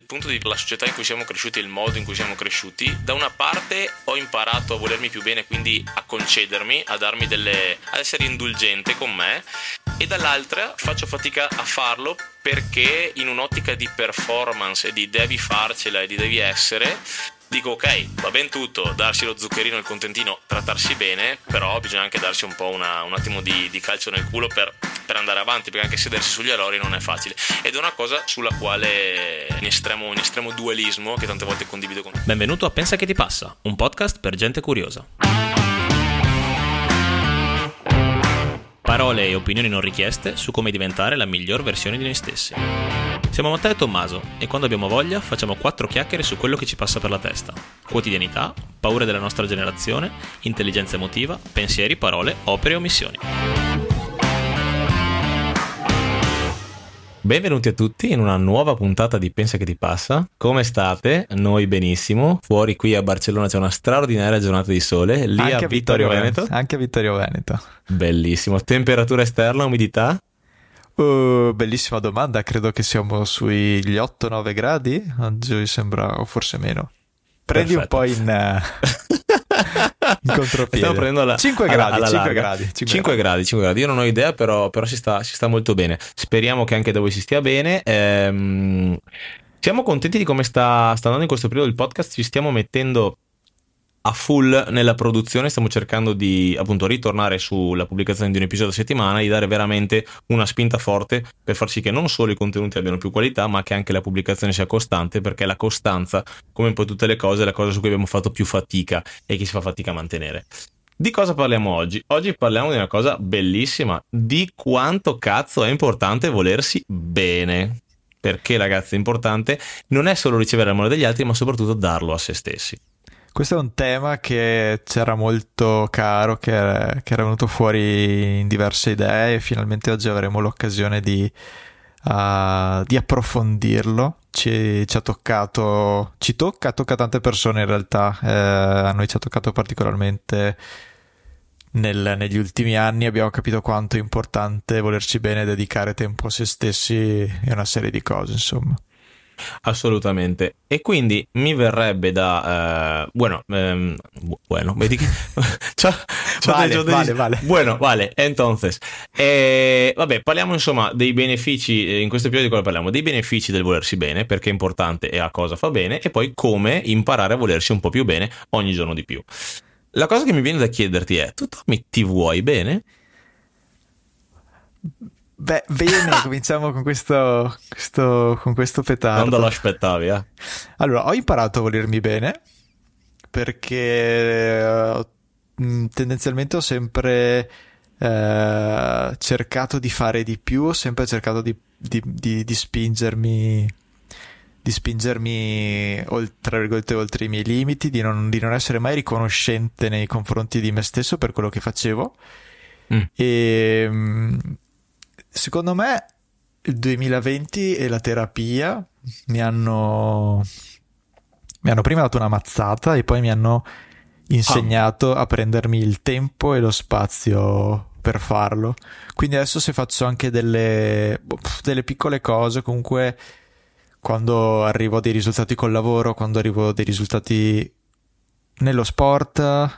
punto di vista della società in cui siamo cresciuti e il modo in cui siamo cresciuti, da una parte ho imparato a volermi più bene, quindi a concedermi, a essere indulgente con me, e dall'altra faccio fatica a farlo perché in un'ottica di performance e di devi farcela e di devi essere, dico ok, va ben tutto, darsi lo zuccherino, il contentino, trattarsi bene, però bisogna anche darsi un po' un attimo di calcio nel culo per andare avanti, perché anche sedersi sugli allori non è facile, ed è una cosa sulla quale in estremo dualismo che tante volte condivido con te. Benvenuto a Pensa che ti passa, un podcast per gente curiosa. Parole e opinioni non richieste su come diventare la miglior versione di noi stessi. Siamo Matteo e Tommaso e quando abbiamo voglia facciamo 4 chiacchiere su quello che ci passa per la testa. Quotidianità, paure della nostra generazione, intelligenza emotiva, pensieri, parole, opere e omissioni. Benvenuti a tutti in una nuova puntata di Pensa che ti passa. Come state? Noi benissimo. Fuori qui a Barcellona c'è una straordinaria giornata di sole. Lì anche a Vittorio Veneto. Anche a Vittorio Veneto. Bellissimo. Temperatura esterna, umidità? Bellissima domanda. Credo che siamo sugli 8-9 gradi. Oggi sembra, o forse meno. Prendi perfetto. Un po' in contropiede. Stiamo prendendo 5 gradi. Io non ho idea, però si sta molto bene. Speriamo che anche da voi si stia bene. Siamo contenti di come sta andando in questo periodo il podcast. Ci stiamo mettendo a full nella produzione, stiamo cercando di appunto ritornare sulla pubblicazione di un episodio a settimana, di dare veramente una spinta forte per far sì che non solo i contenuti abbiano più qualità, ma che anche la pubblicazione sia costante, perché la costanza, come un po' tutte le cose, è la cosa su cui abbiamo fatto più fatica e che si fa fatica a mantenere. Di cosa parliamo oggi? Oggi parliamo di una cosa bellissima, di quanto cazzo è importante volersi bene. Perché, ragazzi, è importante non è solo ricevere l'amore degli altri, ma soprattutto darlo a se stessi. Questo è un tema che c'era molto caro, che era venuto fuori in diverse idee e finalmente oggi avremo l'occasione di approfondirlo. Ci tocca tante persone in realtà, a noi ci ha toccato particolarmente negli ultimi anni. Abbiamo capito quanto è importante volerci bene, dedicare tempo a se stessi e una serie di cose, insomma. Assolutamente. E quindi mi verrebbe da vedi che vale. Vale, entonces vabbè, parliamo insomma dei benefici. In questo periodo di cosa parliamo? Dei benefici del volersi bene, perché è importante e a cosa fa bene, e poi come imparare a volersi un po' più bene ogni giorno di più. La cosa che mi viene da chiederti è: tu Tommy, ti vuoi bene? Beh, bene, cominciamo con questo petardo. Non te lo aspettavi, eh? Allora, ho imparato a volermi bene perché tendenzialmente ho sempre cercato di fare di più, ho sempre cercato di spingermi oltre i miei limiti, di non essere mai riconoscente nei confronti di me stesso per quello che facevo. E secondo me il 2020 e la terapia mi hanno prima dato una mazzata e poi mi hanno insegnato a prendermi il tempo e lo spazio per farlo. Quindi adesso, se faccio anche delle piccole cose, comunque quando arrivo a dei risultati col lavoro, quando arrivo a dei risultati nello sport,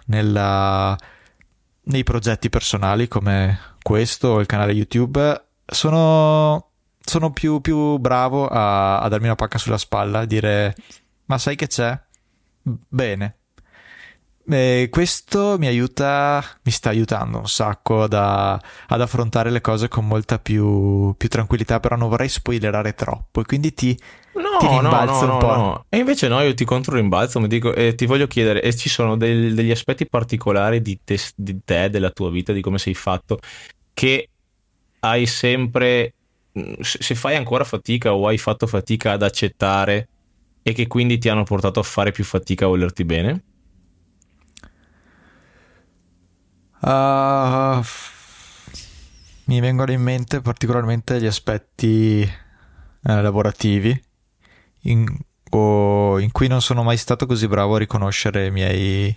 nei progetti personali come questo o il canale YouTube, sono più bravo a darmi una pacca sulla spalla e dire: ma sai che c'è? Bene. E questo mi sta aiutando un sacco ad affrontare le cose con molta più tranquillità, però non vorrei spoilerare troppo e quindi ti rimbalzo un po'. No. E invece no, io ti controrimbalzo, mi dico, ti voglio chiedere, ci sono degli aspetti particolari di te, della tua vita, di come sei fatto, che hai sempre, se fai ancora fatica o hai fatto fatica ad accettare e che quindi ti hanno portato a fare più fatica a volerti bene? Mi vengono in mente particolarmente gli aspetti lavorativi in cui non sono mai stato così bravo a riconoscere i miei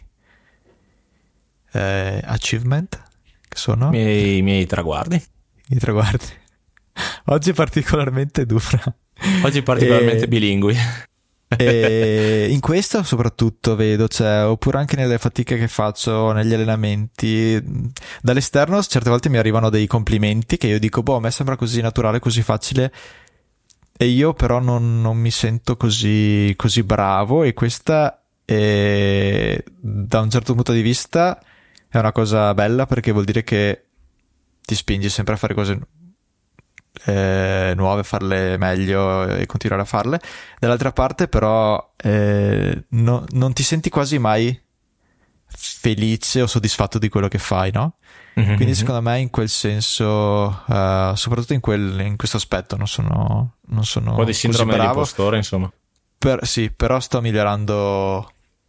achievement, che sono i miei traguardi. I traguardi. Oggi è particolarmente dura. Oggi particolarmente bilingui. E in questo soprattutto vedo, cioè, oppure anche nelle fatiche che faccio negli allenamenti, dall'esterno certe volte mi arrivano dei complimenti che io dico, boh, a me sembra così naturale, così facile, e io però non mi sento così bravo, e questa è, da un certo punto di vista è una cosa bella, perché vuol dire che ti spingi sempre a fare cose nuove, farle meglio e continuare a farle. Dall'altra parte però non ti senti quasi mai felice o soddisfatto di quello che fai, no? Mm-hmm. Quindi secondo me in quel senso, soprattutto in questo aspetto non sono un po' di sindrome dell'impostore, insomma. Sì, però sto migliorando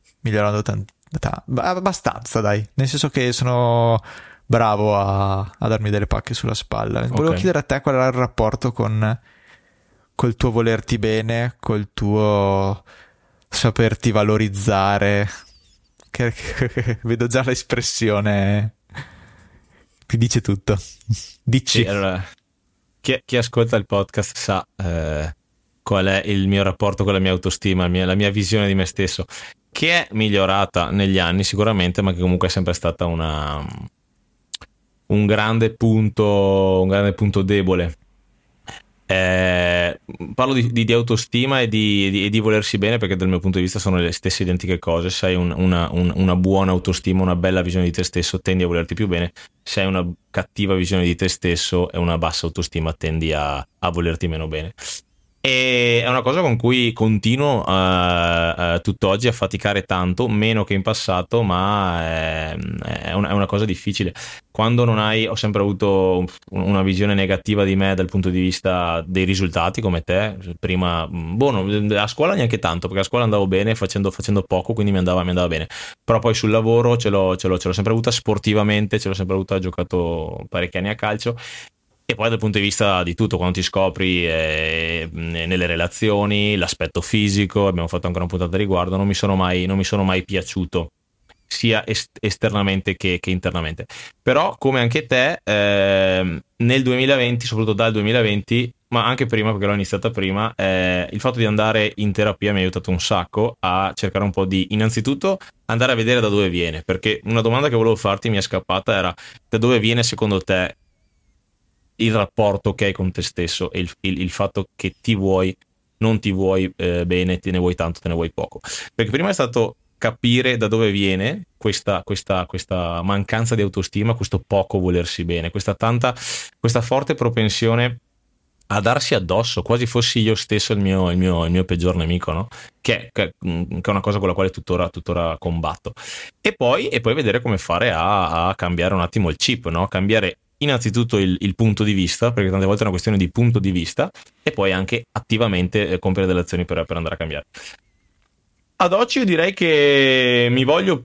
abbastanza, dai, nel senso che sono bravo a darmi delle pacche sulla spalla. Volevo chiedere a te qual era il rapporto col tuo volerti bene, col tuo saperti valorizzare, che vedo già l'espressione, ti dice tutto. Dici. Sì, allora, chi ascolta il podcast sa qual è il mio rapporto con la mia autostima, la mia visione di me stesso, che è migliorata negli anni sicuramente, ma che comunque è sempre stata un grande punto debole. Parlo di autostima e di volersi bene, perché dal mio punto di vista sono le stesse identiche cose. Se hai una buona autostima, una bella visione di te stesso, tendi a volerti più bene. Se hai una cattiva visione di te stesso e una bassa autostima, tendi a volerti meno bene. E è una cosa con cui continuo tutt'oggi a faticare tanto, meno che in passato, ma è una cosa difficile. Quando non hai, ho sempre avuto una visione negativa di me dal punto di vista dei risultati, come te. Prima, a scuola neanche tanto, perché a scuola andavo bene facendo poco, quindi mi andava bene. Però poi sul lavoro ce l'ho sempre avuta, sportivamente ce l'ho sempre avuta, ho giocato parecchi anni a calcio. E poi dal punto di vista di tutto, quando ti scopri nelle relazioni, l'aspetto fisico, abbiamo fatto anche una puntata a riguardo, non mi sono mai piaciuto, sia esternamente che internamente. Però, come anche te, nel 2020, soprattutto dal 2020, ma anche prima, perché l'ho iniziata prima, il fatto di andare in terapia mi ha aiutato un sacco a cercare un po' di, innanzitutto, andare a vedere da dove viene, perché una domanda che volevo farti mi è scappata, era: da dove viene secondo te il rapporto che hai con te stesso e il fatto che non ti vuoi bene, te ne vuoi tanto, te ne vuoi poco? Perché prima è stato capire da dove viene questa mancanza di autostima, questo poco volersi bene, questa forte propensione a darsi addosso, quasi fossi io stesso il mio peggior nemico, no? Che è una cosa con la quale tuttora combatto. E poi vedere come fare a cambiare un attimo il chip, no? Cambiare innanzitutto il punto di vista, perché tante volte è una questione di punto di vista, e poi anche attivamente compiere delle azioni per andare a cambiare. Ad oggi io direi che mi voglio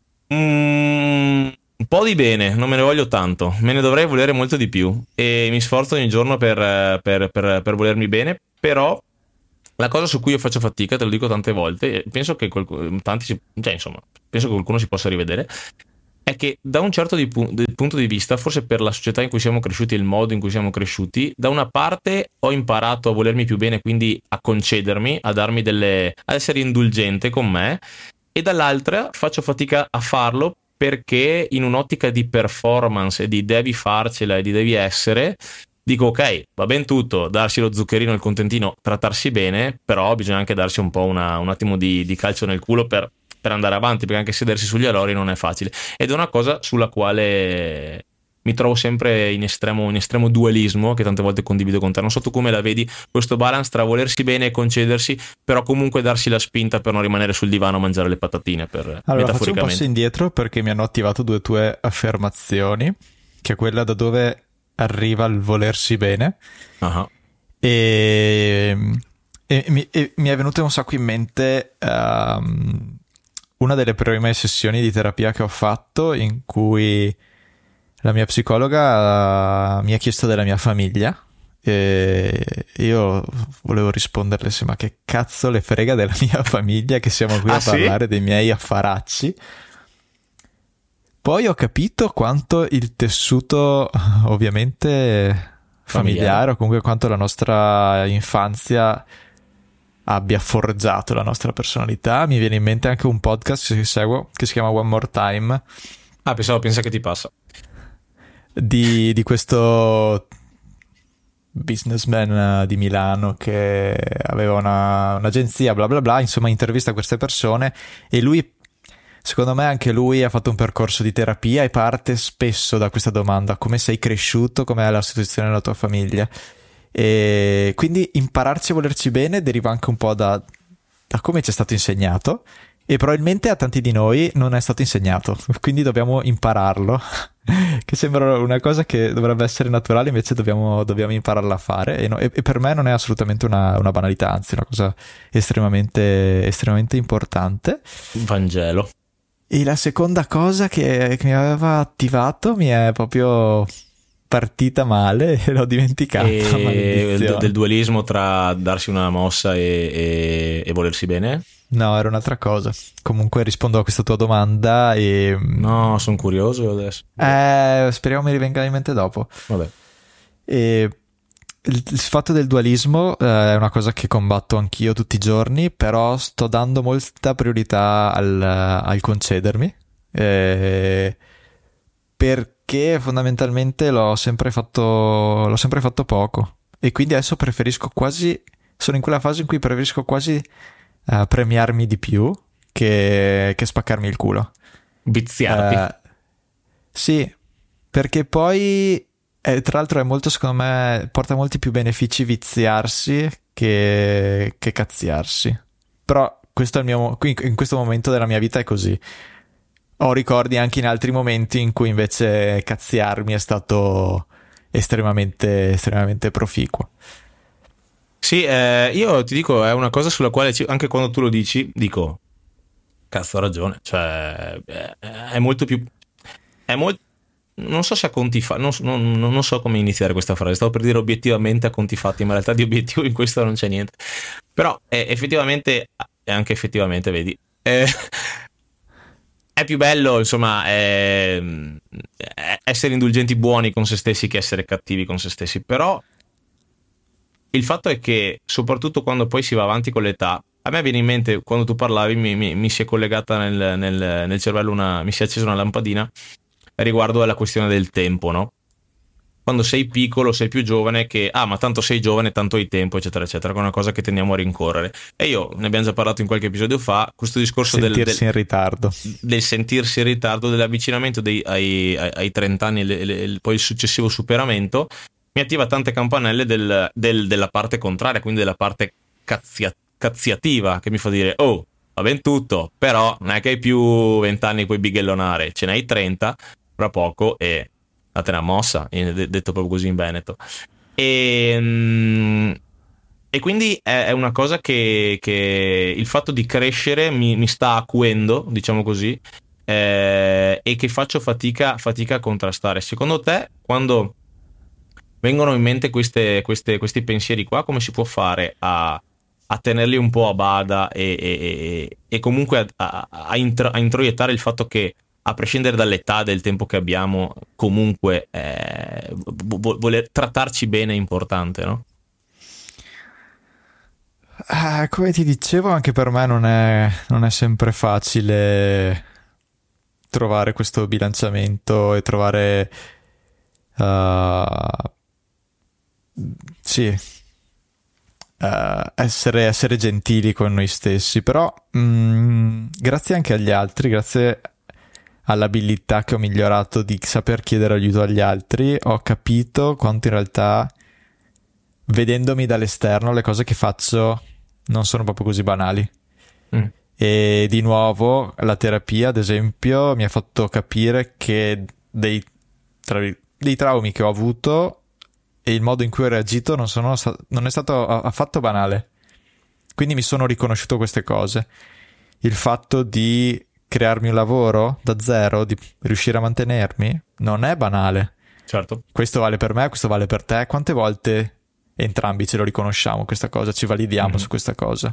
un po' di bene, non me ne voglio tanto, me ne dovrei volere molto di più, e mi sforzo ogni giorno per volermi bene. Però la cosa su cui io faccio fatica, te lo dico tante volte, penso che penso che qualcuno si possa rivedere, è che da un certo punto di vista, forse per la società in cui siamo cresciuti e il modo in cui siamo cresciuti, da una parte ho imparato a volermi più bene, quindi a concedermi, ad essere indulgente con me, e dall'altra faccio fatica a farlo perché in un'ottica di performance e di devi farcela e di devi essere, dico ok, va ben tutto, darsi lo zuccherino, il contentino, trattarsi bene, però bisogna anche darsi un po' un attimo di calcio nel culo per andare avanti, perché anche sedersi sugli allori non è facile, ed è una cosa sulla quale mi trovo sempre in estremo dualismo, che tante volte condivido con te. Non so tu come la vedi, questo balance tra volersi bene e concedersi, però comunque darsi la spinta per non rimanere sul divano a mangiare le patatine, allora metaforicamente. Faccio un passo indietro, perché mi hanno attivato 2 tue affermazioni, che è quella da dove arriva il volersi bene. Uh-huh. E mi è venuto un sacco in mente una delle prime sessioni di terapia che ho fatto, in cui la mia psicologa mi ha chiesto della mia famiglia, e io volevo risponderle: ma che cazzo le frega della mia famiglia, che siamo qui a parlare dei miei affaracci. Poi ho capito quanto il tessuto ovviamente familiare o comunque quanto la nostra infanzia abbia forgiato la nostra personalità. Mi viene in mente anche un podcast che seguo che si chiama One More Time. Pensa che ti passa. Di questo businessman di Milano che aveva un'agenzia, bla bla bla, insomma intervista queste persone e lui, secondo me anche lui ha fatto un percorso di terapia e parte spesso da questa domanda: come sei cresciuto, com'è la situazione nella tua famiglia? E quindi impararci a volerci bene deriva anche un po' da come ci è stato insegnato, e probabilmente a tanti di noi non è stato insegnato, quindi dobbiamo impararlo, che sembra una cosa che dovrebbe essere naturale, invece dobbiamo impararla a fare, e per me non è assolutamente una banalità, anzi è una cosa estremamente, estremamente importante. Vangelo. E la seconda cosa che mi aveva attivato mi è proprio partita male e l'ho dimenticata. Del dualismo tra darsi una mossa e volersi bene? No, era un'altra cosa. Comunque rispondo a questa tua domanda e... No, sono curioso adesso. Speriamo mi rivenga in mente dopo. Vabbè. E il fatto del dualismo è una cosa che combatto anch'io tutti i giorni, però sto dando molta priorità al concedermi, perché fondamentalmente l'ho sempre fatto poco, e quindi adesso sono in quella fase in cui preferisco quasi premiarmi di più che spaccarmi il culo. Viziarti. Sì, perché poi tra l'altro è molto, secondo me, porta molti più benefici viziarsi che cazziarsi. Però questo è in questo momento della mia vita è così. Ho ricordi anche in altri momenti in cui invece cazziarmi è stato estremamente, estremamente proficuo. Sì, io ti dico, è una cosa sulla quale anche quando tu lo dici, dico, cazzo, ha ragione. Cioè, è molto più... non so se a conti fatti, non so come iniziare questa frase. Stavo per dire obiettivamente a conti fatti, ma in realtà di obiettivo in questo non c'è niente. Però effettivamente, e anche effettivamente, vedi, è più bello, insomma, essere indulgenti buoni con se stessi che essere cattivi con se stessi. Però il fatto è che, soprattutto quando poi si va avanti con l'età, a me viene in mente, quando tu parlavi, mi si è collegata nel cervello mi si è accesa una lampadina riguardo alla questione del tempo, no? Quando sei piccolo, sei più giovane, che ma tanto sei giovane, tanto hai tempo, eccetera eccetera, che è una cosa che tendiamo a rincorrere. E io, ne abbiamo già parlato in qualche episodio fa, questo discorso sentirsi in ritardo, del sentirsi in ritardo, dell'avvicinamento ai 30 anni, poi il successivo superamento, mi attiva tante campanelle della parte contraria, quindi della parte cazziativa, che mi fa dire: oh, va ben tutto, però non è che hai più 20 anni puoi bighellonare, ce n'hai 30 fra poco e date una mossa, detto proprio così in Veneto. E quindi è una cosa che il fatto di crescere mi sta acuendo, diciamo così, e che faccio fatica a contrastare. Secondo te, quando vengono in mente questi pensieri qua, come si può fare a tenerli un po' a bada e comunque a introiettare il fatto che, a prescindere dall'età, del tempo che abbiamo, comunque voler trattarci bene è importante, no? Come ti dicevo, anche per me non è sempre facile trovare questo bilanciamento e trovare essere gentili con noi stessi, però grazie anche agli altri, grazie all'abilità che ho migliorato di saper chiedere aiuto agli altri, ho capito quanto in realtà, vedendomi dall'esterno, le cose che faccio non sono proprio così banali. E di nuovo la terapia, ad esempio, mi ha fatto capire che dei traumi che ho avuto e il modo in cui ho reagito non è stato affatto banale. Quindi mi sono riconosciuto queste cose. Il fatto di crearmi un lavoro da zero, di riuscire a mantenermi, non è banale. Certo. Questo vale per me, questo vale per te. Quante volte entrambi ce lo riconosciamo questa cosa, ci validiamo su questa cosa.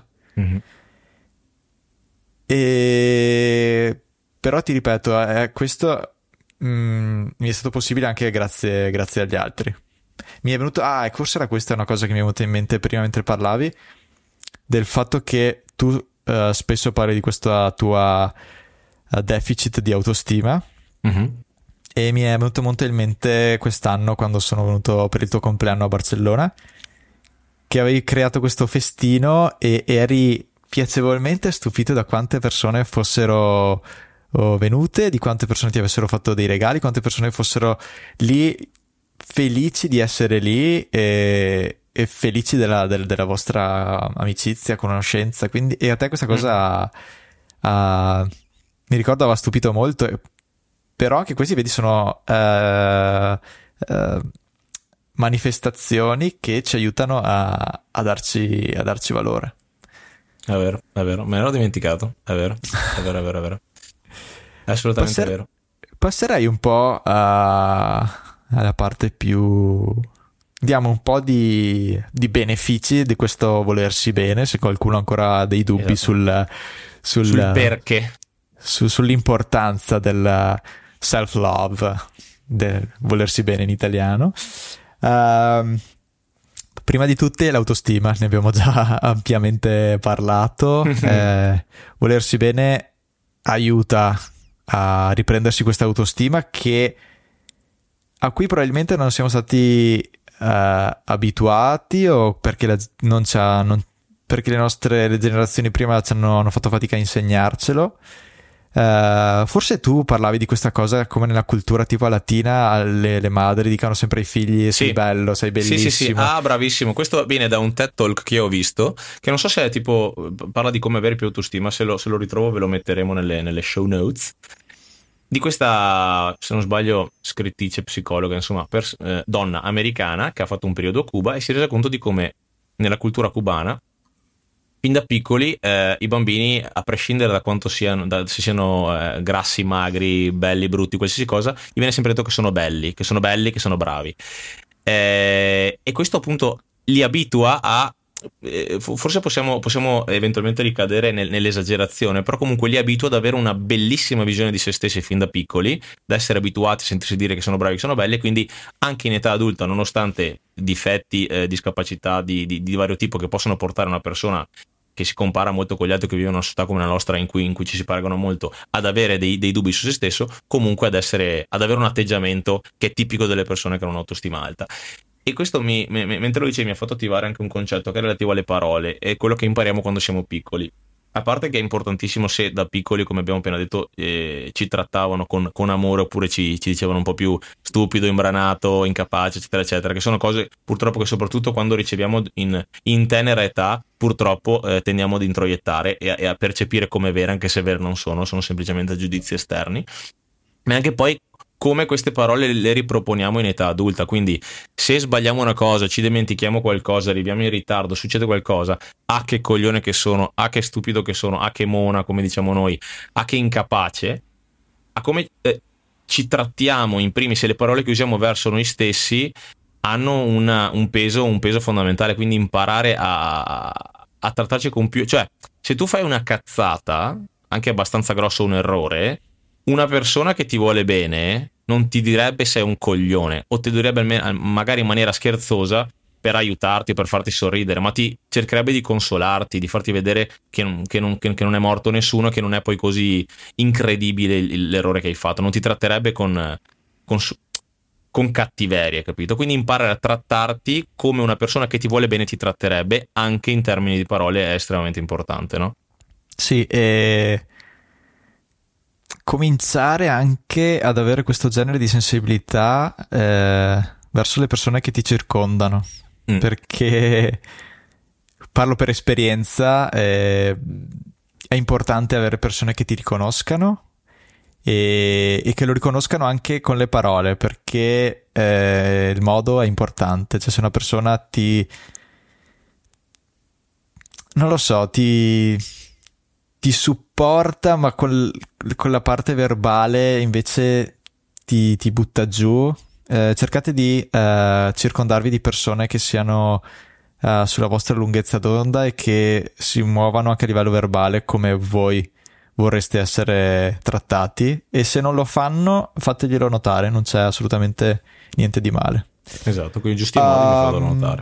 Però ti ripeto, questo mi è stato possibile anche grazie agli altri. mi è venuto, forse era questa una cosa che mi è venuta in mente prima mentre parlavi, del fatto che tu spesso parli di questa tua deficit di autostima. Mm-hmm. E mi è venuto molto in mente quest'anno quando sono venuto per il tuo compleanno a Barcellona, che avevi creato questo festino e eri piacevolmente stupito da quante persone fossero venute, di quante persone ti avessero fatto dei regali, quante persone fossero lì felici di essere lì e felici della vostra amicizia, conoscenza. Quindi, e a te questa cosa mi ricordo aveva stupito molto, però anche questi vedi sono manifestazioni che ci aiutano a darci valore. È vero, me l'ero dimenticato, è vero. È assolutamente vero. Passerei un po' alla parte più, diamo un po' di benefici di questo volersi bene, se qualcuno ancora ha dei dubbi sul perché, sull'importanza del self-love, del volersi bene in italiano. Prima di tutte l'autostima, ne abbiamo già ampiamente parlato. Volersi bene aiuta a riprendersi questa autostima a cui probabilmente non siamo stati abituati, o perché perché le generazioni prima hanno fatto fatica a insegnarcelo. Forse tu parlavi di questa cosa come nella cultura tipo latina, le madri dicono sempre ai figli: sei bello, sei bellissimo. Sì. Bravissimo. Questo viene da un TED Talk che ho visto, che non so se è tipo, parla di come avere più autostima. Se lo ritrovo ve lo metteremo nelle show notes, di questa, se non sbaglio, scrittrice, psicologa, insomma, donna americana che ha fatto un periodo a Cuba e si è resa conto di come nella cultura cubana fin da piccoli i bambini, a prescindere da quanto siano, se siano grassi, magri, belli, brutti, qualsiasi cosa, gli viene sempre detto che sono belli, che sono bravi. E questo appunto li abitua a, forse possiamo eventualmente ricadere nell'esagerazione, però comunque li abitua ad avere una bellissima visione di se stessi fin da piccoli, da essere abituati a sentirsi dire che sono bravi, che sono belli, e quindi anche in età adulta, nonostante difetti, discapacità di vario tipo che possono portare una persona che si compara molto con gli altri, che vivono in una società come la nostra in cui ci si paragona molto, ad avere dei dubbi su se stesso, comunque ad avere un atteggiamento che è tipico delle persone che hanno un'autostima alta. E questo mentre lo dicevi mi ha fatto attivare anche un concetto che è relativo alle parole, è quello che impariamo quando siamo piccoli. A parte che è importantissimo se da piccoli, come abbiamo appena detto, ci trattavano con amore, oppure ci dicevano un po' più stupido, imbranato, incapace, eccetera, eccetera, che sono cose purtroppo che soprattutto quando riceviamo in tenera età, purtroppo tendiamo ad introiettare e a percepire come vere, anche se vere non sono semplicemente giudizi esterni. Ma anche poi come queste parole le riproponiamo in età adulta. Quindi se sbagliamo una cosa, ci dimentichiamo qualcosa, arriviamo in ritardo, succede qualcosa, che coglione che sono, che stupido che sono, che mona, come diciamo noi, che incapace, a come ci trattiamo in primis, e le parole che usiamo verso noi stessi hanno un peso fondamentale. Quindi imparare a trattarci con più, cioè se tu fai una cazzata, anche abbastanza grosso, un errore, una persona che ti vuole bene non ti direbbe sei un coglione, o ti direbbe magari in maniera scherzosa per aiutarti o per farti sorridere, ma ti cercherebbe di consolarti, di farti vedere che non è morto nessuno, che non è poi così incredibile l'errore che hai fatto. Non ti tratterebbe con cattiveria, capito? Quindi imparare a trattarti come una persona che ti vuole bene ti tratterebbe, anche in termini di parole, è estremamente importante, no? Sì, cominciare anche ad avere questo genere di sensibilità verso le persone che ti circondano, perché parlo per esperienza, è importante avere persone che ti riconoscano e che lo riconoscano anche con le parole, perché il modo è importante. Cioè, se una persona non lo so, ti supporta, ma con la parte verbale invece ti butta giù, cercate di circondarvi di persone che siano sulla vostra lunghezza d'onda e che si muovano anche a livello verbale come voi vorreste essere trattati, e se non lo fanno fateglielo notare, non c'è assolutamente niente di male. Esatto, con i giusti modi mi fa notare.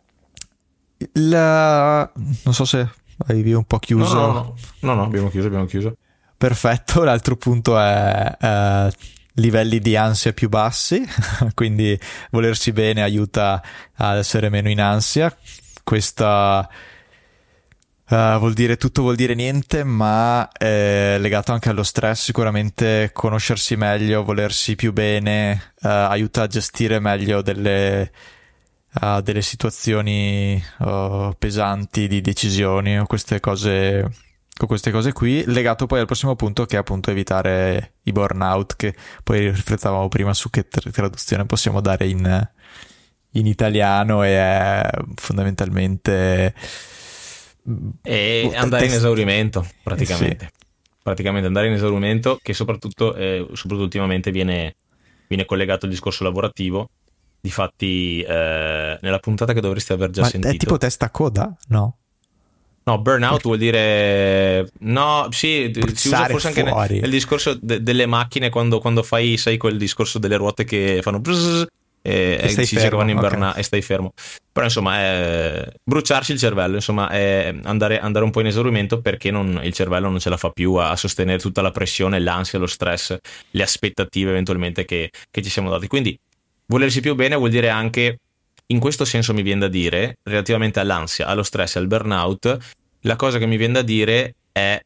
Non so se avevi un po' chiuso. No, abbiamo chiuso. Perfetto, l'altro punto è livelli di ansia più bassi, quindi volersi bene aiuta ad essere meno in ansia. Questa vuol dire niente, ma è legato anche allo stress. Sicuramente conoscersi meglio, volersi più bene aiuta a gestire meglio delle situazioni pesanti di decisioni o queste cose qui, legato poi al prossimo punto, che è appunto evitare i burnout, che poi riflettavamo prima su che traduzione possiamo dare in italiano, e è fondamentalmente andare in esaurimento, praticamente. Sì. Praticamente andare in esaurimento, che soprattutto ultimamente viene collegato al discorso lavorativo. Difatti nella puntata che dovreste aver già sentito, è tipo testa coda? No, burnout vuol dire si usa forse anche nel discorso delle macchine, quando fai, sai, quel discorso delle ruote che fanno e si dice che vanno in burnout, e stai fermo. Però insomma è bruciarsi il cervello, insomma è andare un po' in esaurimento, perché il cervello non ce la fa più a sostenere tutta la pressione, l'ansia, lo stress, le aspettative eventualmente che ci siamo dati. Quindi volersi più bene vuol dire anche, in questo senso mi viene da dire, relativamente all'ansia, allo stress e al burnout, la cosa che mi viene da dire è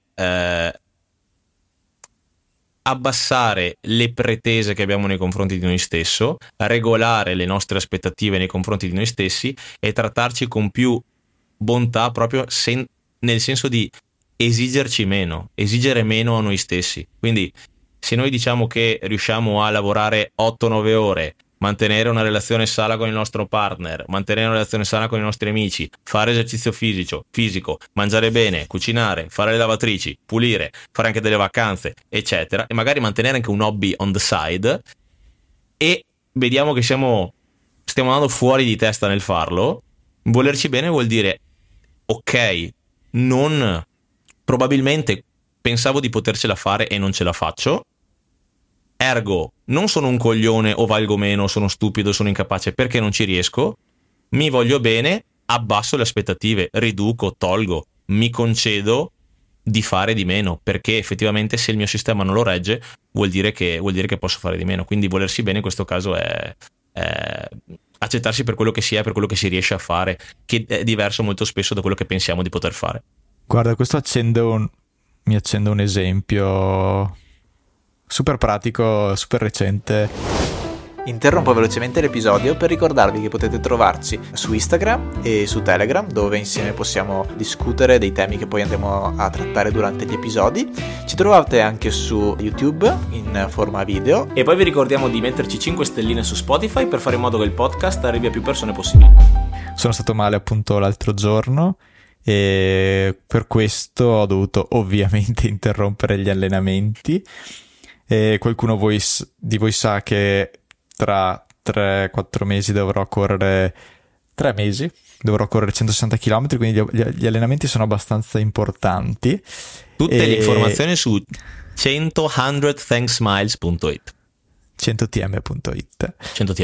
abbassare le pretese che abbiamo nei confronti di noi stesso, regolare le nostre aspettative nei confronti di noi stessi e trattarci con più bontà, proprio nel senso di esigere meno a noi stessi. Quindi se noi diciamo che riusciamo a lavorare 8-9 ore, mantenere una relazione sana con il nostro partner, mantenere una relazione sana con i nostri amici, fare esercizio fisico, mangiare bene, cucinare, fare le lavatrici, pulire, fare anche delle vacanze, eccetera, e magari mantenere anche un hobby on the side, e vediamo che stiamo andando fuori di testa nel farlo, volerci bene vuol dire ok, probabilmente pensavo di potercela fare e non ce la faccio, ergo non sono un coglione o valgo meno, sono stupido, sono incapace perché non ci riesco, mi voglio bene, abbasso le aspettative, riduco, tolgo, mi concedo di fare di meno, perché effettivamente se il mio sistema non lo regge vuol dire che posso fare di meno. Quindi volersi bene in questo caso è accettarsi per quello che si è, per quello che si riesce a fare, che è diverso molto spesso da quello che pensiamo di poter fare. Guarda, questo mi accende un esempio super pratico, super recente. Interrompo velocemente l'episodio per ricordarvi che potete trovarci su Instagram e su Telegram, dove insieme possiamo discutere dei temi che poi andremo a trattare durante gli episodi. Ci trovate anche su YouTube in forma video. E poi vi ricordiamo di metterci 5 stelline su Spotify per fare in modo che il podcast arrivi a più persone possibili. Sono stato male appunto l'altro giorno e per questo ho dovuto ovviamente interrompere gli allenamenti. E qualcuno di voi sa che tra 3-4 mesi dovrò correre 160 km, quindi gli allenamenti sono abbastanza importanti. Tutte le informazioni su 100thanksmiles.it 100tm.it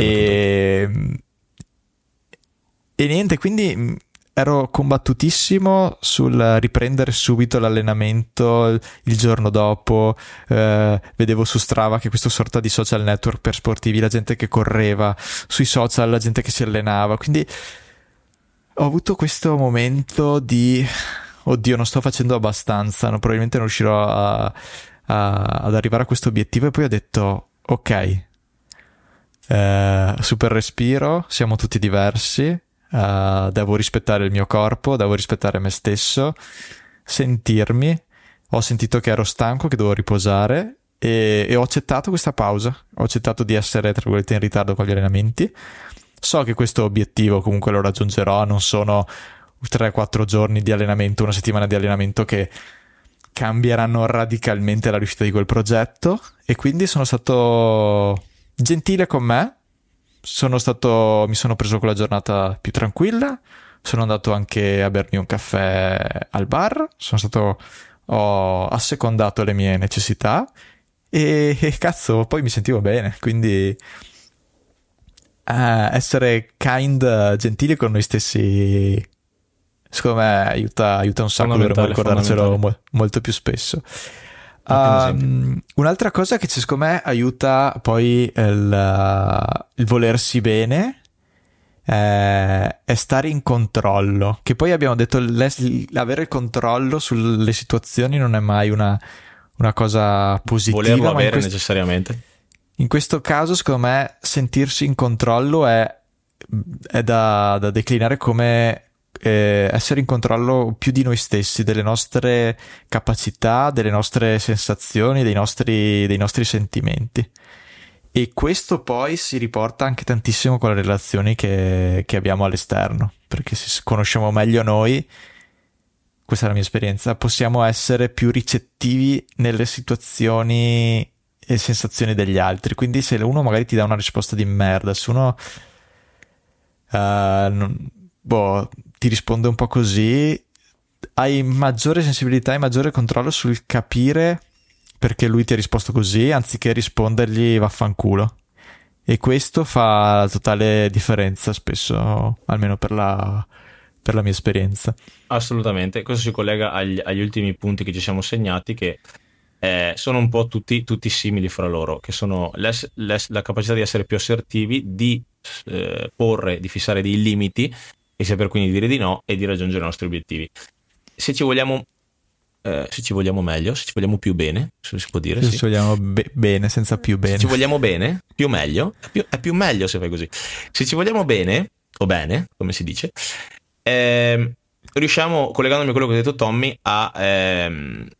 e niente, quindi ero combattutissimo sul riprendere subito l'allenamento il giorno dopo. Vedevo su Strava che questo sorta di social network per sportivi, la gente che correva sui social, la gente che si allenava, quindi ho avuto questo momento di oddio, non sto facendo abbastanza, probabilmente non riuscirò ad arrivare a questo obiettivo, e poi ho detto ok, super respiro, siamo tutti diversi. Devo rispettare il mio corpo, devo rispettare me stesso, sentirmi. Ho sentito che ero stanco, che dovevo riposare, e ho accettato questa pausa. Ho accettato di essere, tra virgolette, in ritardo con gli allenamenti. So che questo obiettivo comunque lo raggiungerò, non sono 3-4 giorni di allenamento, una settimana di allenamento che cambieranno radicalmente la riuscita di quel progetto, e quindi sono stato gentile con me. Mi sono preso quella giornata più tranquilla, sono andato anche a bermi un caffè al bar, ho assecondato le mie necessità e cazzo, poi mi sentivo bene, quindi essere gentili con noi stessi, secondo me aiuta un sacco, dovremmo ricordarcelo molto più spesso. Un'altra cosa che secondo me aiuta poi il volersi bene è stare in controllo, che poi abbiamo detto avere il controllo sulle situazioni non è mai una cosa positiva, volerlo avere necessariamente. In questo caso secondo me sentirsi in controllo è da declinare come essere in controllo più di noi stessi, delle nostre capacità, delle nostre sensazioni, dei nostri sentimenti. E questo poi si riporta anche tantissimo con le relazioni che abbiamo all'esterno, perché se conosciamo meglio noi, questa è la mia esperienza, possiamo essere più ricettivi nelle situazioni e sensazioni degli altri. Quindi se uno magari ti dà una risposta di merda, se uno ti risponde un po' così, hai maggiore sensibilità e maggiore controllo sul capire perché lui ti ha risposto così, anziché rispondergli vaffanculo. E questo fa la totale differenza spesso, almeno per la mia esperienza. Assolutamente, questo si collega agli ultimi punti che ci siamo segnati, che sono un po' tutti simili fra loro, che sono la capacità di essere più assertivi, di porre, di fissare dei limiti e saper quindi dire di no e di raggiungere i nostri obiettivi. Se ci vogliamo meglio, se ci vogliamo più bene, se si può dire, se ci vogliamo bene senza più bene, se ci vogliamo bene, più meglio, è più meglio se fai così. Se ci vogliamo bene, o bene, come si dice, riusciamo, collegandomi a quello che ha detto Tommy, a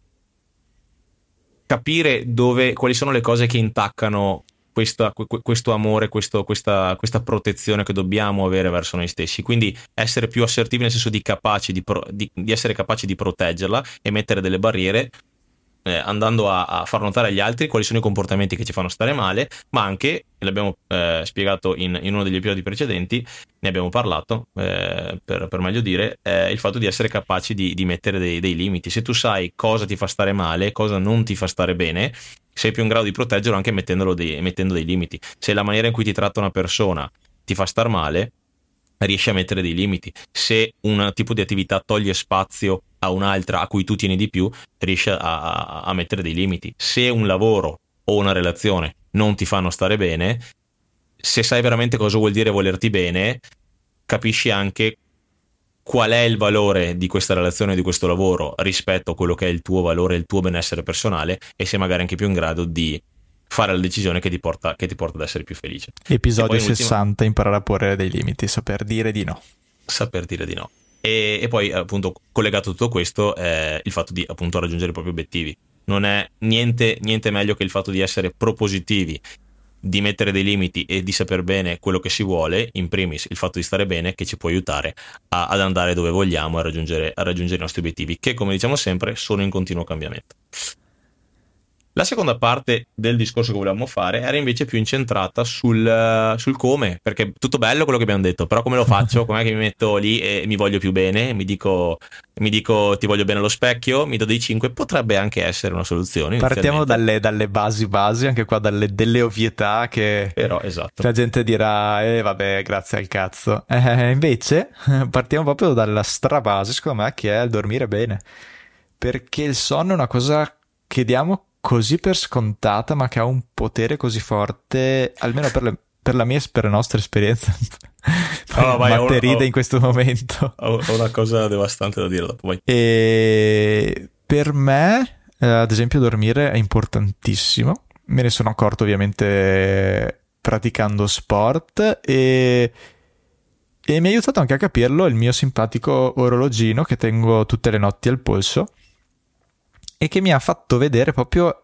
capire quali sono le cose che intaccano questo amore, questa protezione che dobbiamo avere verso noi stessi. Quindi essere più assertivi nel senso di essere capaci di proteggerla e mettere delle barriere, andando a far notare agli altri quali sono i comportamenti che ci fanno stare male, ma anche, l'abbiamo spiegato in uno degli episodi precedenti, ne abbiamo parlato, per meglio dire, il fatto di essere capaci di mettere dei limiti. Se tu sai cosa ti fa stare male, cosa non ti fa stare bene, sei più in grado di proteggerlo anche mettendo dei limiti. Se la maniera in cui ti tratta una persona ti fa star male, riesci a mettere dei limiti. Se un tipo di attività toglie spazio a un'altra a cui tu tieni di più, riesci a mettere dei limiti. Se un lavoro o una relazione non ti fanno stare bene, se sai veramente cosa vuol dire volerti bene, capisci anche qual è il valore di questa relazione, di questo lavoro rispetto a quello che è il tuo valore, il tuo benessere personale, e sei magari anche più in grado di fare la decisione che ti porta ad essere più felice. Episodio 60, imparare a porre dei limiti, saper dire di no. Saper dire di no. E poi appunto collegato a tutto questo è il fatto di appunto raggiungere i propri obiettivi. Non è niente meglio che il fatto di essere propositivi, di mettere dei limiti e di saper bene quello che si vuole, in primis il fatto di stare bene, che ci può aiutare ad andare dove vogliamo, a raggiungere i nostri obiettivi, che, come diciamo sempre, sono in continuo cambiamento. La seconda parte del discorso che volevamo fare era invece più incentrata sul come, perché tutto bello quello che abbiamo detto, però come lo faccio? Com'è che mi metto lì e mi voglio più bene? Mi dico ti voglio bene allo specchio, mi do dei 5, potrebbe anche essere una soluzione. Partiamo dalle basi, anche qua delle ovvietà che però, esatto, la gente dirà vabbè, grazie al cazzo. Invece partiamo proprio dalla strabase, secondo me, che è il dormire bene, perché il sonno è una cosa che diamo così per scontata, ma che ha un potere così forte, almeno per la nostra esperienza. Matte ride in questo momento. Ho una cosa devastante da dire dopo. Vai. E per me, ad esempio, dormire è importantissimo. Me ne sono accorto ovviamente praticando sport e mi ha aiutato anche a capirlo il mio simpatico orologino che tengo tutte le notti al polso, e che mi ha fatto vedere proprio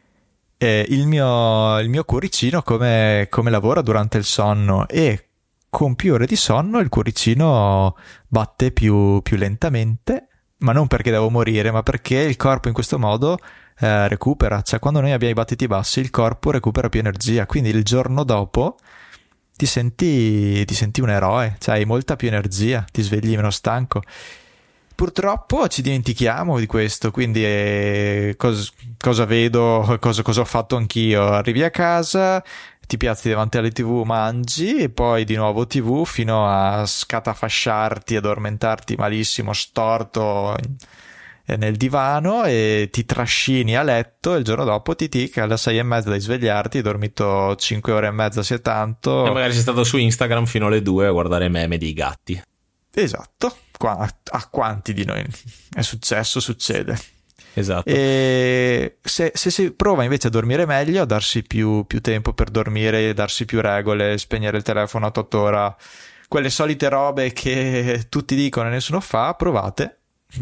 il mio cuoricino come lavora durante il sonno, e con più ore di sonno il cuoricino batte più lentamente, ma non perché devo morire, ma perché il corpo in questo modo recupera. Cioè, quando noi abbiamo i battiti bassi, il corpo recupera più energia, quindi il giorno dopo ti senti un eroe, cioè hai molta più energia, ti svegli meno stanco. Purtroppo ci dimentichiamo di questo, quindi cosa vedo, cosa ho fatto anch'io. Arrivi a casa, ti piazzi davanti alle TV, mangi e poi di nuovo TV fino a scatafasciarti, addormentarti malissimo, storto nel divano, e ti trascini a letto e il giorno dopo alle 6:30 devi svegliarti, hai dormito 5 ore e mezza se tanto, e magari sei stato su Instagram fino alle 2 a guardare meme dei gatti. Esatto, a quanti di noi è successo, succede. Esatto. E se si prova invece a dormire meglio, a darsi più tempo per dormire, darsi più regole, spegnere il telefono a 8 ore, quelle solite robe che tutti dicono e nessuno fa, provate,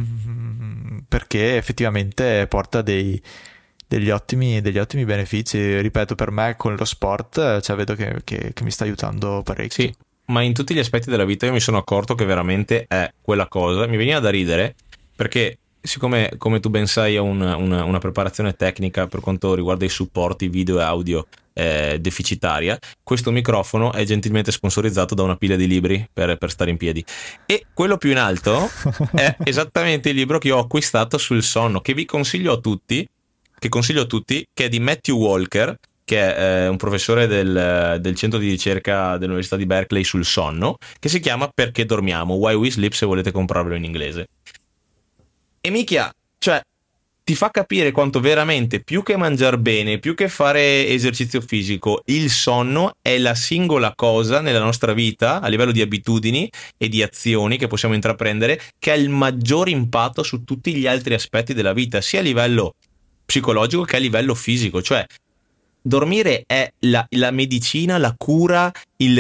perché effettivamente porta degli ottimi benefici. Ripeto, per me con lo sport, cioè, vedo che mi sta aiutando parecchio. Sì, ma in tutti gli aspetti della vita io mi sono accorto che veramente è quella cosa. Mi veniva da ridere perché, siccome, come tu ben sai, ho una preparazione tecnica per quanto riguarda i supporti video e audio deficitaria, questo microfono è gentilmente sponsorizzato da una pila di libri per stare in piedi, e quello più in alto è esattamente il libro che ho acquistato sul sonno, che consiglio a tutti, che è di Matthew Walker, che è un professore del centro di ricerca dell'Università di Berkeley sul sonno, che si chiama Perché dormiamo, Why We Sleep, se volete comprarlo in inglese. E minchia, cioè, ti fa capire quanto veramente, più che mangiare bene, più che fare esercizio fisico, il sonno è la singola cosa nella nostra vita, a livello di abitudini e di azioni che possiamo intraprendere, che ha il maggior impatto su tutti gli altri aspetti della vita, sia a livello psicologico che a livello fisico. Cioè, dormire è la medicina, la cura, il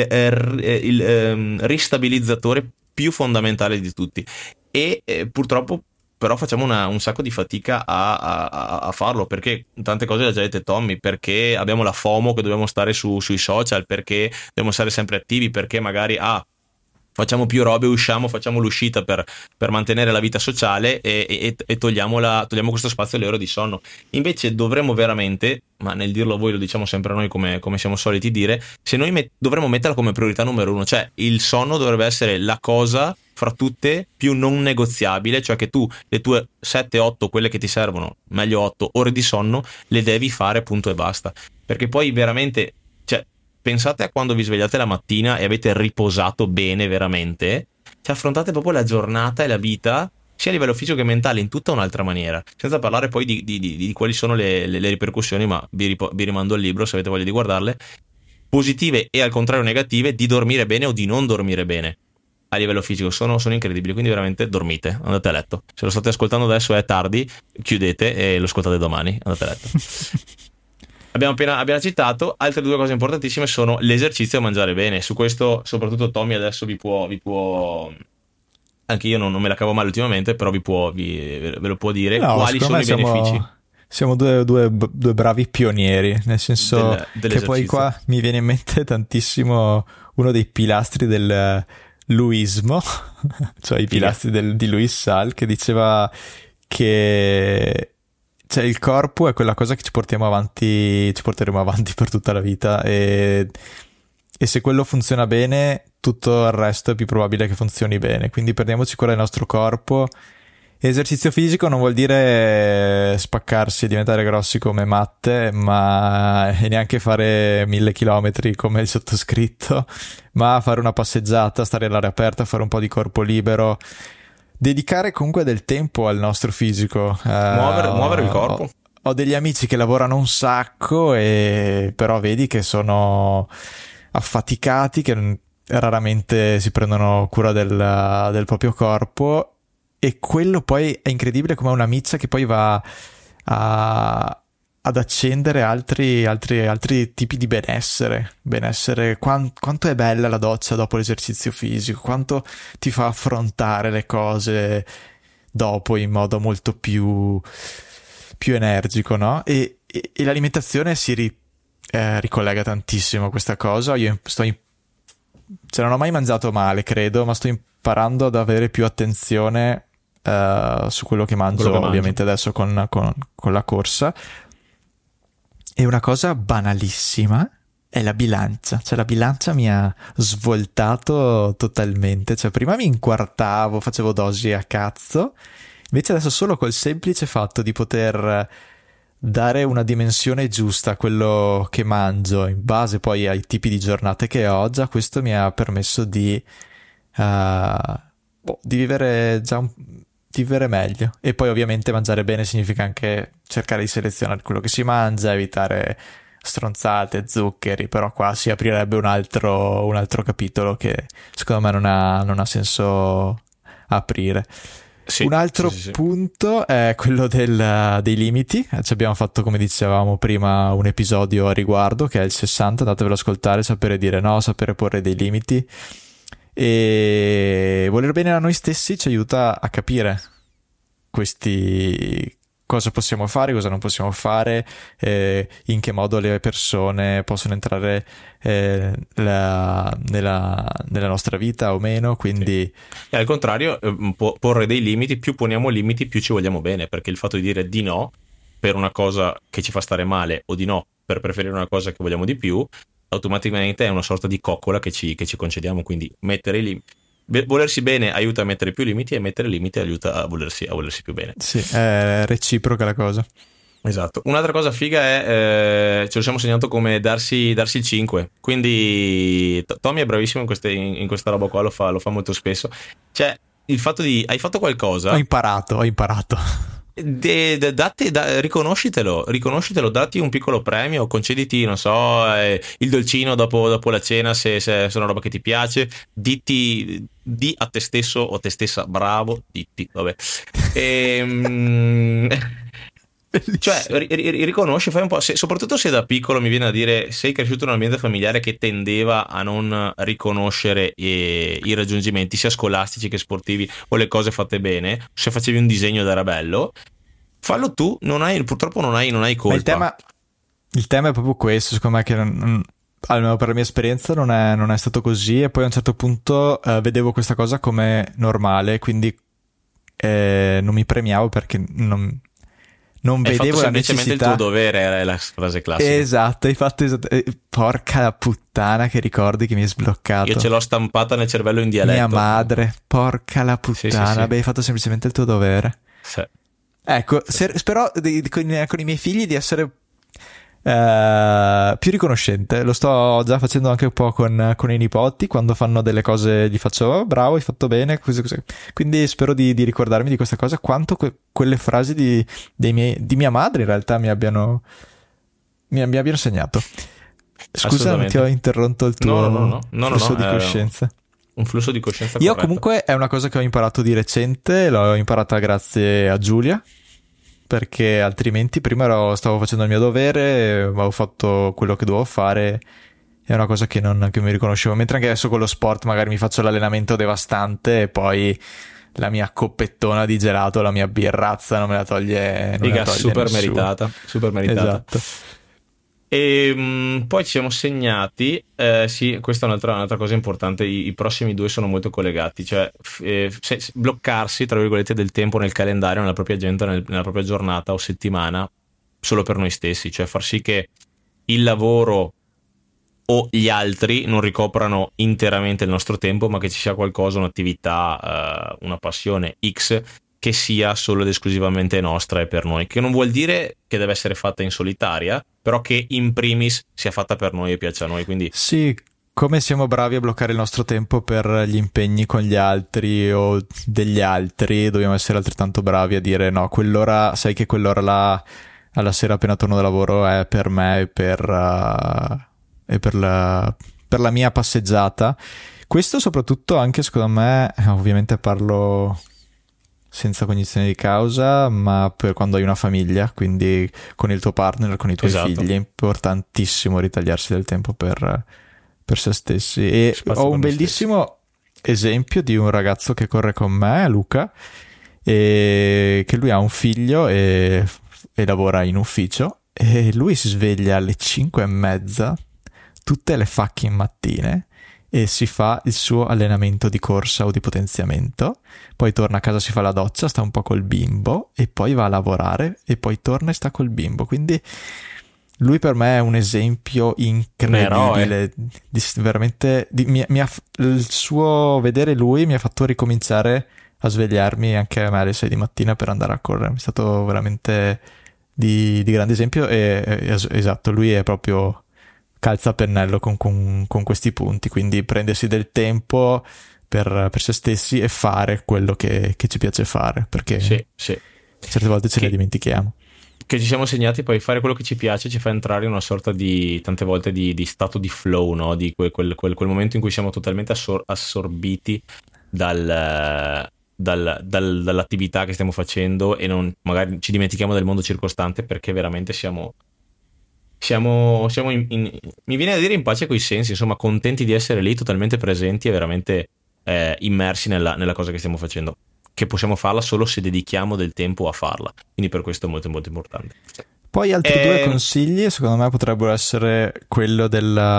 ristabilizzatore più fondamentale di tutti. E purtroppo però facciamo un sacco di fatica a farlo, perché tante cose le ha già dette Tommy, perché abbiamo la FOMO che dobbiamo stare sui social, perché dobbiamo stare sempre attivi, perché magari facciamo più robe, usciamo, facciamo l'uscita per mantenere la vita sociale e togliamo questo spazio alle ore di sonno. Invece dovremmo veramente, ma nel dirlo a voi lo diciamo sempre noi come siamo soliti dire, se noi dovremmo metterla come priorità numero 1, cioè il sonno dovrebbe essere la cosa fra tutte più non negoziabile, cioè che tu le tue 7-8, quelle che ti servono, meglio 8 ore di sonno, le devi fare, punto e basta. Perché poi veramente, cioè, pensate a quando vi svegliate la mattina e avete riposato bene veramente, cioè affrontate proprio la giornata e la vita, sia a livello fisico che mentale, in tutta un'altra maniera, senza parlare poi di quali sono le ripercussioni, ma vi rimando al libro se avete voglia di guardarle, positive e al contrario negative, di dormire bene o di non dormire bene. A livello fisico sono incredibili, quindi veramente dormite, andate a letto. Se lo state ascoltando adesso è tardi, chiudete e lo ascoltate domani, andate a letto. Abbiamo appena citato. Altre due cose importantissime sono l'esercizio e mangiare bene. Su questo soprattutto Tommy adesso vi può anche io non me la cavo male ultimamente, però ve lo può dire, quali sono i benefici. Siamo due bravi pionieri, nel senso che poi qua mi viene in mente tantissimo uno dei pilastri del luismo, cioè i pilastri di Louis Sall, che diceva che, cioè, il corpo è quella cosa che ci porteremo avanti per tutta la vita, e se quello funziona bene, tutto il resto è più probabile che funzioni bene. Quindi prendiamoci cura del nostro corpo. Esercizio fisico non vuol dire spaccarsi e diventare grossi come matte, e neanche fare 1000 chilometri come il sottoscritto, ma fare una passeggiata, stare all'aria aperta, fare un po' di corpo libero, dedicare comunque del tempo al nostro fisico, muovere il corpo. Ho degli amici che lavorano un sacco e però vedi che sono affaticati, che raramente si prendono cura del proprio corpo. E quello poi è incredibile come una miccia che poi va ad accendere altri tipi di benessere. Quanto è bella la doccia dopo l'esercizio fisico, quanto ti fa affrontare le cose dopo in modo molto più energico, no? E l'alimentazione si ricollega tantissimo a questa cosa. Io non ho mai mangiato male, credo, ma sto imparando ad avere più attenzione su quello che mangio, ovviamente adesso con la corsa. E una cosa banalissima è la bilancia. Cioè la bilancia mi ha svoltato totalmente. Cioè prima mi inquartavo, facevo dosi a cazzo, invece adesso solo col semplice fatto di poter dare una dimensione giusta a quello che mangio in base poi ai tipi di giornate che ho, già questo mi ha permesso di vivere di vivere meglio. E poi ovviamente mangiare bene significa anche cercare di selezionare quello che si mangia, evitare stronzate, zuccheri, però qua si aprirebbe un altro capitolo che secondo me non ha senso aprire. Sì, un altro sì. punto è quello dei limiti. Ci abbiamo fatto, come dicevamo prima, un episodio a riguardo che è il 60, andatevelo ad ascoltare. Sapere dire no, sapere porre dei limiti e voler bene a noi stessi ci aiuta a capire cosa possiamo fare, cosa non possiamo fare, in che modo le persone possono entrare nella nostra vita o meno, quindi E al contrario, porre dei limiti, più poniamo limiti più ci vogliamo bene, perché il fatto di dire di no per una cosa che ci fa stare male o di no per preferire una cosa che vogliamo di più, automaticamente è una sorta di coccola che ci concediamo. Quindi mettere i limiti, volersi bene aiuta a mettere più limiti, e mettere limiti aiuta a volersi più bene. sì, è reciproca la cosa. Esatto. Un'altra cosa figa è ce lo siamo segnato come darsi il 5. Quindi Tommy è bravissimo in questa roba qua, lo fa molto spesso. Cioè, il fatto hai fatto qualcosa, Ho imparato. riconoscitelo, datti un piccolo premio, concediti, non so, il dolcino dopo la cena se è una roba che ti piace, di a te stesso o a te stessa, bravo, vabbè. Cioè, riconosci, fai un po', soprattutto se da piccolo, mi viene a dire, sei cresciuto in un ambiente familiare che tendeva a non riconoscere i raggiungimenti sia scolastici che sportivi o le cose fatte bene. Se facevi un disegno ed era bello, fallo tu, purtroppo non hai colpa. Ma il tema è proprio questo, secondo me, che almeno per la mia esperienza non è stato così, e poi a un certo punto vedevo questa cosa come normale, quindi non mi premiavo perché non vedevo la necessità. Semplicemente il tuo dovere, era la frase classica. Esatto, hai fatto porca la puttana, che ricordi che mi hai sbloccato. Io ce l'ho stampata nel cervello in dialetto. Mia madre, porca la puttana, Sì. Beh, hai fatto semplicemente il tuo dovere. Sì. Ecco, spero con i miei figli di essere più riconoscente. Lo sto già facendo anche un po' con i nipoti. Quando fanno delle cose gli faccio "Oh, bravo, hai fatto bene", così. Quindi spero di ricordarmi di questa cosa, quanto quelle frasi di mia madre in realtà mi abbiano segnato. Scusa, non ti ho interrotto il tuo flusso di coscienza. Un flusso di coscienza Io corretto. comunque è una cosa che ho imparato di recente, l'ho imparata grazie a Giulia, perché altrimenti prima stavo facendo il mio dovere, avevo fatto quello che dovevo fare, è una cosa che mi riconoscevo, mentre anche adesso con lo sport magari mi faccio l'allenamento devastante e poi la mia coppettona di gelato, la mia birrazza non me la toglie, super nessuno. meritata. Esatto. E poi ci siamo segnati, sì, questa è un'altra cosa importante, i prossimi due sono molto collegati, cioè bloccarsi, tra virgolette, del tempo nel calendario, nella propria agenda, nella propria giornata o settimana, solo per noi stessi, cioè far sì che il lavoro o gli altri non ricoprano interamente il nostro tempo, ma che ci sia qualcosa, un'attività, una passione X che sia solo ed esclusivamente nostra e per noi, che non vuol dire che deve essere fatta in solitaria, però che in primis sia fatta per noi e piaccia a noi. Quindi sì, come siamo bravi a bloccare il nostro tempo per gli impegni con gli altri o degli altri, dobbiamo essere altrettanto bravi a dire no, quell'ora, sai che quell'ora là alla sera appena torno da lavoro è per me e per la mia passeggiata. Questo soprattutto anche, secondo me, ovviamente parlo senza cognizione di causa, ma per quando hai una famiglia, quindi con il tuo partner, con i tuoi figli, è importantissimo ritagliarsi del tempo per se stessi. E ho un bellissimo esempio di un ragazzo che corre con me, Luca, e che lui ha un figlio e lavora in ufficio, e lui si sveglia alle 5:30 tutte le fucking mattine e si fa il suo allenamento di corsa o di potenziamento, poi torna a casa, si fa la doccia, sta un po' col bimbo e poi va a lavorare e poi torna e sta col bimbo. Quindi lui per me è un esempio incredibile, veramente il suo vedere lui mi ha fatto ricominciare a svegliarmi anche a me alle 6 di mattina per andare a correre. È stato veramente di grande esempio esatto, lui è proprio calza a pennello con questi punti, quindi prendersi del tempo per se stessi e fare quello che ci piace fare, perché sì. certe volte ce ne dimentichiamo. Che ci siamo segnati, poi fare quello che ci piace ci fa entrare in una sorta di, tante volte, di stato di flow, no? Di quel momento in cui siamo totalmente assorbiti dall'attività che stiamo facendo e non magari ci dimentichiamo del mondo circostante, perché veramente siamo mi viene a dire in pace coi sensi, insomma, contenti di essere lì, totalmente presenti e veramente immersi nella cosa che stiamo facendo, che possiamo farla solo se dedichiamo del tempo a farla, quindi per questo è molto molto importante. Poi altri due consigli secondo me potrebbero essere quello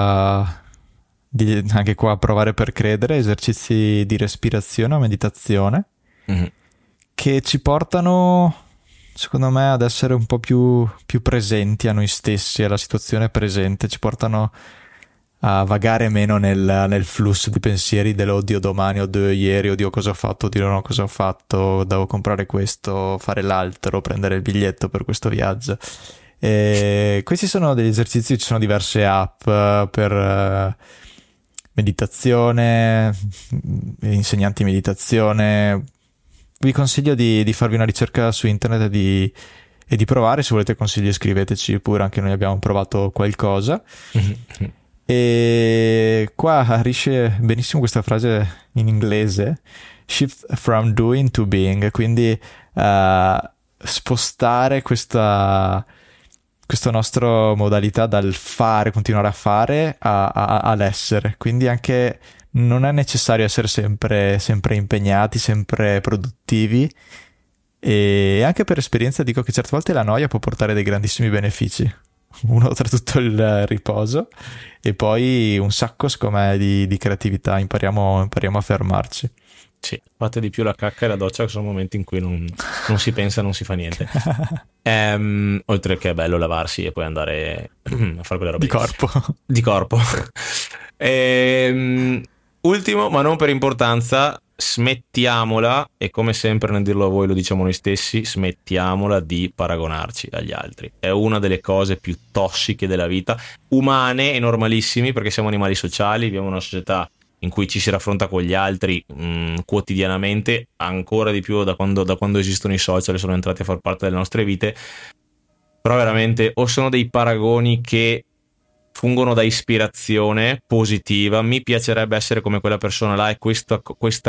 di anche qua provare per credere, esercizi di respirazione o meditazione, che ci portano secondo me ad essere un po' più presenti a noi stessi, alla situazione presente, ci portano a vagare meno nel flusso di pensieri dell'oddio domani, oddio ieri, oddio cosa ho fatto, oddio non cosa ho fatto, devo comprare questo, fare l'altro, prendere il biglietto per questo viaggio. E questi sono degli esercizi, ci sono diverse app per meditazione, insegnanti di meditazione. Vi consiglio di farvi una ricerca su internet e di provare. Se volete consigli scriveteci pure, anche noi abbiamo provato qualcosa. E qua riesce benissimo questa frase in inglese: shift from doing to being, quindi spostare questa nostra modalità dal fare, continuare a fare all'essere. Quindi anche non è necessario essere sempre impegnati, sempre produttivi, e anche per esperienza dico che certe volte la noia può portare dei grandissimi benefici. Uno tra tutto il riposo e poi un sacco secondo me di creatività, impariamo a fermarci. Sì, fate di più la cacca e la doccia, che sono momenti in cui non si pensa, non si fa niente. Oltre che è bello lavarsi e poi andare a fare quelle robe di corpo. Ultimo, ma non per importanza, smettiamola, e come sempre nel dirlo a voi lo diciamo noi stessi, smettiamola di paragonarci agli altri. È una delle cose più tossiche della vita, umane e normalissimi, perché siamo animali sociali, viviamo in una società in cui ci si raffronta con gli altri quotidianamente, ancora di più da quando esistono i social e sono entrati a far parte delle nostre vite. Però veramente o sono dei paragoni che fungono da ispirazione positiva, mi piacerebbe essere come quella persona là e questa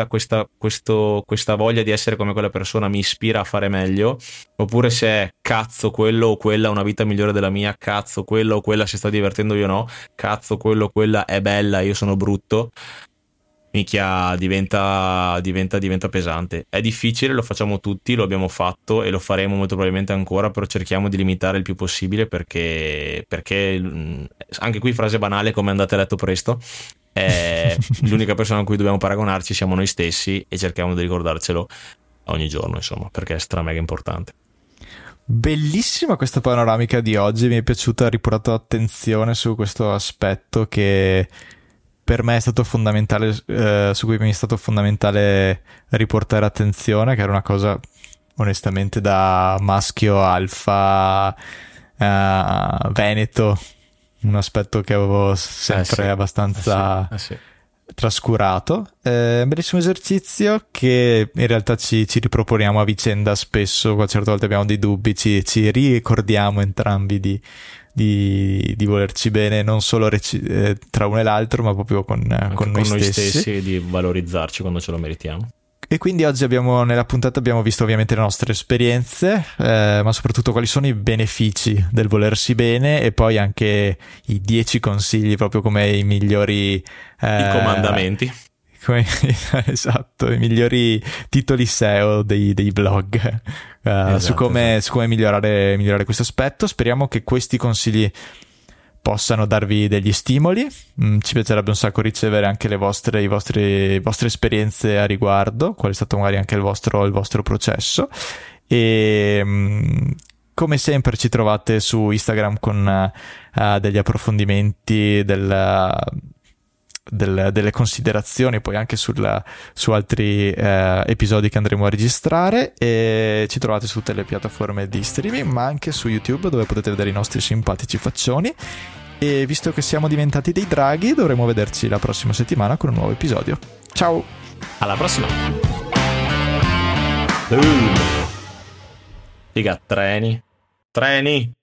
voglia di essere come quella persona mi ispira a fare meglio, oppure se è cazzo quello o quella ha una vita migliore della mia, cazzo quello o quella si sta divertendo, io no, cazzo quello o quella è bella, io sono brutto. Minchia, diventa pesante. È difficile, lo facciamo tutti, lo abbiamo fatto e lo faremo molto probabilmente ancora, però cerchiamo di limitare il più possibile, perché anche qui frase banale come andate a letto presto, l'unica persona con cui dobbiamo paragonarci siamo noi stessi, e cerchiamo di ricordarcelo ogni giorno, insomma, perché è stra mega importante. Bellissima questa panoramica di oggi, mi è piaciuta, ha riportato attenzione su questo aspetto che per me è stato fondamentale, su cui mi è stato fondamentale riportare attenzione, che era una cosa onestamente da maschio alfa veneto, un aspetto che avevo sempre abbastanza trascurato. Un bellissimo esercizio che in realtà ci riproponiamo a vicenda spesso, a certe volte abbiamo dei dubbi, ci ricordiamo entrambi di volerci bene, non solo tra uno e l'altro, ma proprio con noi stessi, e di valorizzarci quando ce lo meritiamo. E quindi oggi nella puntata abbiamo visto ovviamente le nostre esperienze, ma soprattutto quali sono i benefici del volersi bene, e poi anche i 10 consigli, proprio come i migliori i comandamenti. Esatto, i migliori titoli SEO dei blog su come migliorare questo aspetto. Speriamo che questi consigli possano darvi degli stimoli. Ci piacerebbe un sacco ricevere anche le vostre esperienze a riguardo, qual è stato magari anche il vostro processo. E come sempre ci trovate su Instagram con degli approfondimenti delle considerazioni poi anche su altri episodi che andremo a registrare, e ci trovate su tutte le piattaforme di streaming, ma anche su YouTube, dove potete vedere i nostri simpatici faccioni. E visto che siamo diventati dei draghi, dovremo vederci la prossima settimana con un nuovo episodio. Ciao, alla prossima. Figa, treni